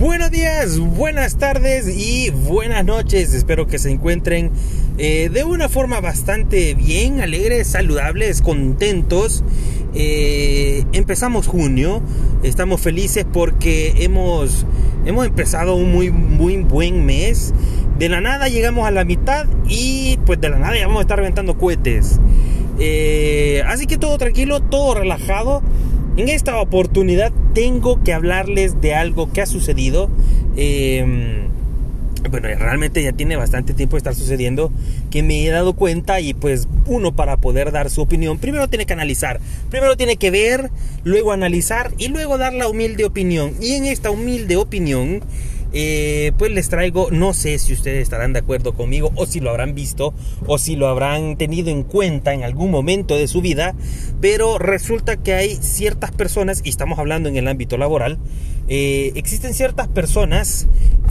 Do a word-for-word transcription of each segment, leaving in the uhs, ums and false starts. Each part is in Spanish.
Buenos días, buenas tardes y buenas noches. Espero que se encuentren eh, de una forma bastante bien, alegres, saludables, contentos. Eh, empezamos junio, estamos felices porque hemos, hemos empezado un muy, muy buen mes. De la nada llegamos a la mitad y pues de la nada ya vamos a estar reventando cohetes. Eh, así que todo tranquilo, todo relajado. En esta oportunidad tengo que hablarles de algo que ha sucedido. Eh, bueno, realmente ya tiene bastante tiempo de estar sucediendo, que me he dado cuenta, y pues uno, para poder dar su opinión, primero tiene que analizar, primero tiene que ver, luego analizar y luego dar la humilde opinión. Y en esta humilde opinión Eh, pues les traigo, no sé si ustedes estarán de acuerdo conmigo, o si lo habrán visto, o si lo habrán tenido en cuenta en algún momento de su vida, pero resulta que hay ciertas personas, y estamos hablando en el ámbito laboral, eh, existen ciertas personas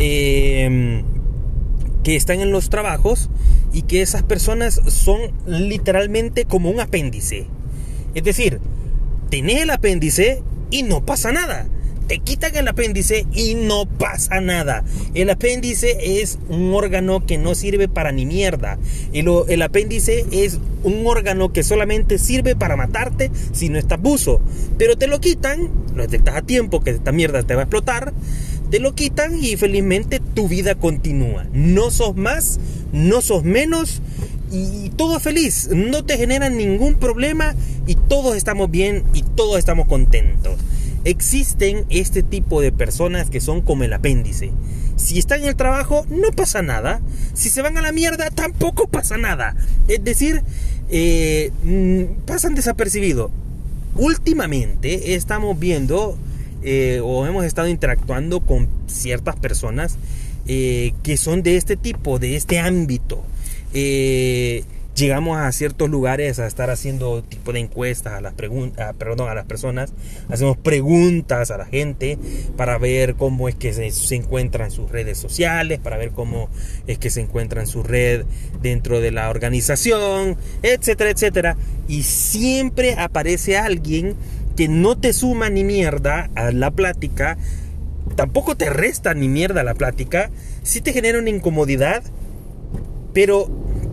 eh, que están en los trabajos, y que esas personas son literalmente como un apéndice. Es decir, tenés el apéndice y no pasa nada. Te quitan el apéndice y no pasa nada. El apéndice es un órgano que no sirve para ni mierda. El, el apéndice es un órgano que solamente sirve para matarte si no estás buzo. Pero te lo quitan, lo detectas a tiempo que esta mierda te va a explotar. Te lo quitan y felizmente tu vida continúa. No sos más, no sos menos. Y todo feliz, no te generan ningún problema. Y todos estamos bien y todos estamos contentos. Existen este tipo de personas que son como el apéndice. Si están en el trabajo, no pasa nada. Si se van a la mierda, tampoco pasa nada. Es decir, eh, pasan desapercibidos. Últimamente estamos viendo eh, o hemos estado interactuando con ciertas personas eh, que son de este tipo, de este ámbito. Eh... Llegamos a ciertos lugares a estar haciendo tipo de encuestas a las, preguntas, perdón, a las personas. Hacemos preguntas a la gente para ver cómo es que se, se encuentran sus redes sociales, para ver cómo es que se encuentran su red dentro de la organización, etcétera, etcétera. Y siempre aparece alguien que no te suma ni mierda a la plática, tampoco te resta ni mierda a la plática, sí te genera una incomodidad, pero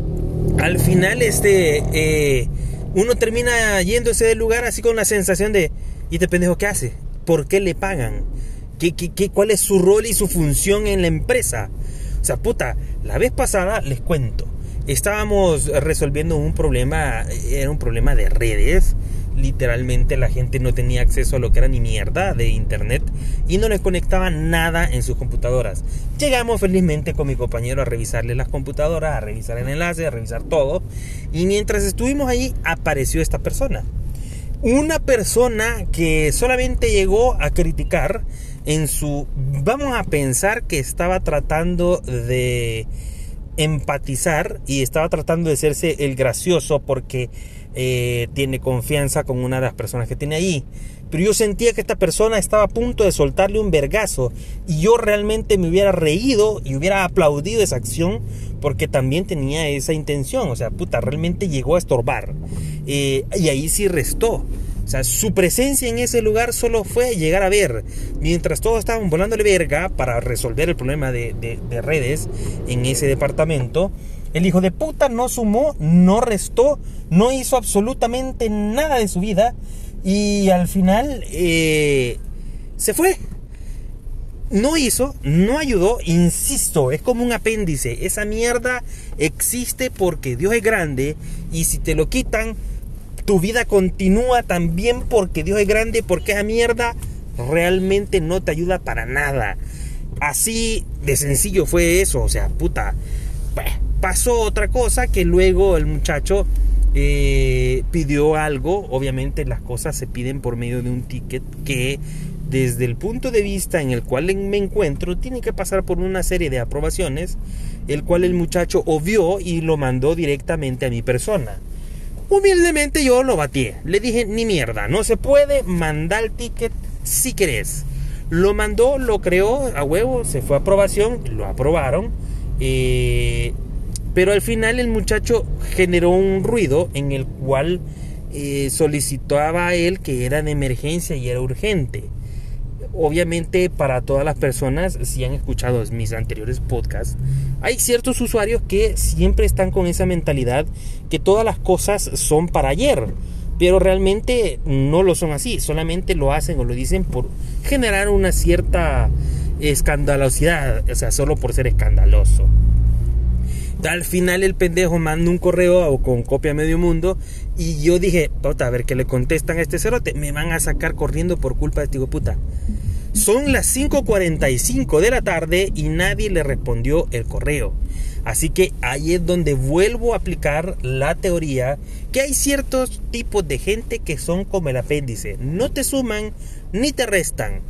al final este eh, uno termina yéndose del lugar así con la sensación de: ¿y este pendejo qué hace? ¿Por qué le pagan? ¿Qué, qué, qué, ¿Cuál es su rol y su función en la empresa? O sea, puta, la vez pasada les cuento, estábamos resolviendo un problema, era un problema de redes. Literalmente la gente no tenía acceso a lo que era ni mierda de internet y no les conectaba nada en sus computadoras. Llegamos felizmente con mi compañero a revisarle las computadoras, a revisar el enlace, a revisar todo. Y mientras estuvimos ahí, apareció esta persona. Una persona que solamente llegó a criticar en su... Vamos a pensar que estaba tratando de empatizar y estaba tratando de hacerse el gracioso porque eh, tiene confianza con una de las personas que tiene ahí. Pero yo sentía que esta persona estaba a punto de soltarle un vergazo y yo realmente me hubiera reído y hubiera aplaudido esa acción porque también tenía esa intención. O sea, puta, realmente llegó a estorbar. Eh, y ahí sí restó. O sea, su presencia en ese lugar solo fue llegar a ver. Mientras todos estaban volándole verga para resolver el problema de, de, de redes en ese departamento, el hijo de puta no sumó, no restó, no hizo absolutamente nada de su vida. Y al final eh, se fue. No hizo, no ayudó, insisto, es como un apéndice. Esa mierda existe porque Dios es grande. Y si te lo quitan, tu vida continúa también porque Dios es grande, porque esa mierda realmente no te ayuda para nada. Así de sencillo fue eso. O sea, puta, pues, pasó otra cosa que luego el muchacho eh, pidió algo. Obviamente las cosas se piden por medio de un ticket que, desde el punto de vista en el cual me encuentro, tiene que pasar por una serie de aprobaciones, el cual el muchacho obvió y lo mandó directamente a mi persona. Humildemente yo lo batí. Le dije: ni mierda, no se puede, mandar el ticket si querés. Lo mandó, lo creó a huevo, se fue a aprobación, lo aprobaron. Eh, pero al final el muchacho generó un ruido en el cual eh, solicitaba a él que era de emergencia y era urgente. obviamente para todas las personas, si han escuchado mis anteriores podcasts, hay ciertos usuarios que siempre están con esa mentalidad que todas las cosas son para ayer, pero realmente no lo son así, solamente lo hacen o lo dicen por generar una cierta escandalosidad, o sea, solo por ser escandaloso. Al final el pendejo manda un correo con copia a medio mundo y yo dije, puta, a ver qué le contestan a este cerote, me van a sacar corriendo por culpa de este hijo de puta. Son las cinco cuarenta y cinco de la tarde y nadie le respondió el correo. Así que ahí es donde vuelvo a aplicar la teoría que hay ciertos tipos de gente que son como el apéndice, no te suman ni te restan.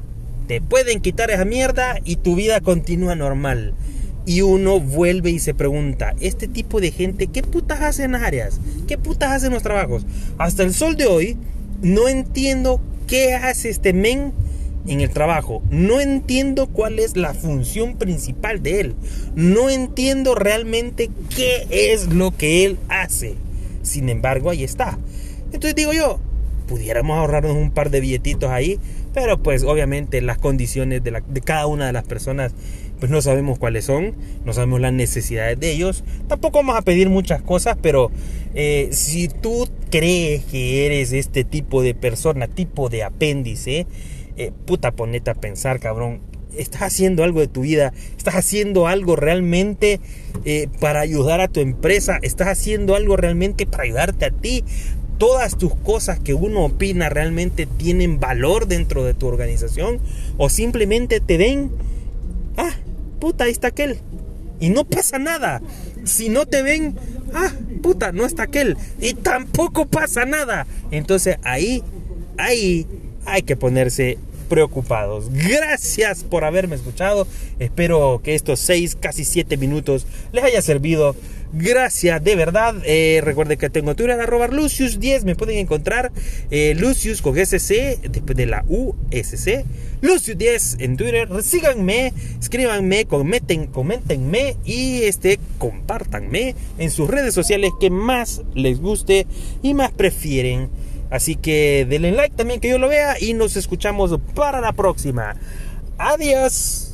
Te pueden quitar esa mierda y tu vida continúa normal. Y uno vuelve y se pregunta, este tipo de gente, ¿qué putas hacen en las áreas? ¿Qué putas hacen en los trabajos? Hasta el sol de hoy, no entiendo qué hace este men en el trabajo. No entiendo cuál es la función principal de él. No entiendo realmente qué es lo que él hace. Sin embargo, ahí está. Entonces digo yo, pudiéramos ahorrarnos un par de billetitos ahí, pero pues obviamente las condiciones de, la, de cada una de las personas pues no sabemos cuáles son, no sabemos las necesidades de ellos. Tampoco vamos a pedir muchas cosas, pero eh, si tú crees que eres este tipo de persona, tipo de apéndice, eh, puta, ponete a pensar, cabrón. Estás haciendo algo de tu vida, estás haciendo algo realmente eh, para ayudar a tu empresa, estás haciendo algo realmente para ayudarte a ti. Todas tus cosas que uno opina realmente tienen valor dentro de tu organización, o simplemente te ven, ah, puta, ahí está aquel, y no pasa nada. Si no te ven, ah, puta, no está aquel, y tampoco pasa nada. Entonces ahí, ahí hay que ponerse preocupados. Gracias por haberme escuchado. Espero que estos seis, casi siete minutos les haya servido. Gracias, de verdad. Eh, recuerden que tengo Twitter, arroba Lucius diez. Me pueden encontrar eh, Lucius con S C, después de la U S C. Lucius diez en Twitter. Síganme, escríbanme, comenten, coméntenme y este, compártanme en sus redes sociales que más les guste y más prefieren. Así que denle like también que yo lo vea y nos escuchamos para la próxima. Adiós.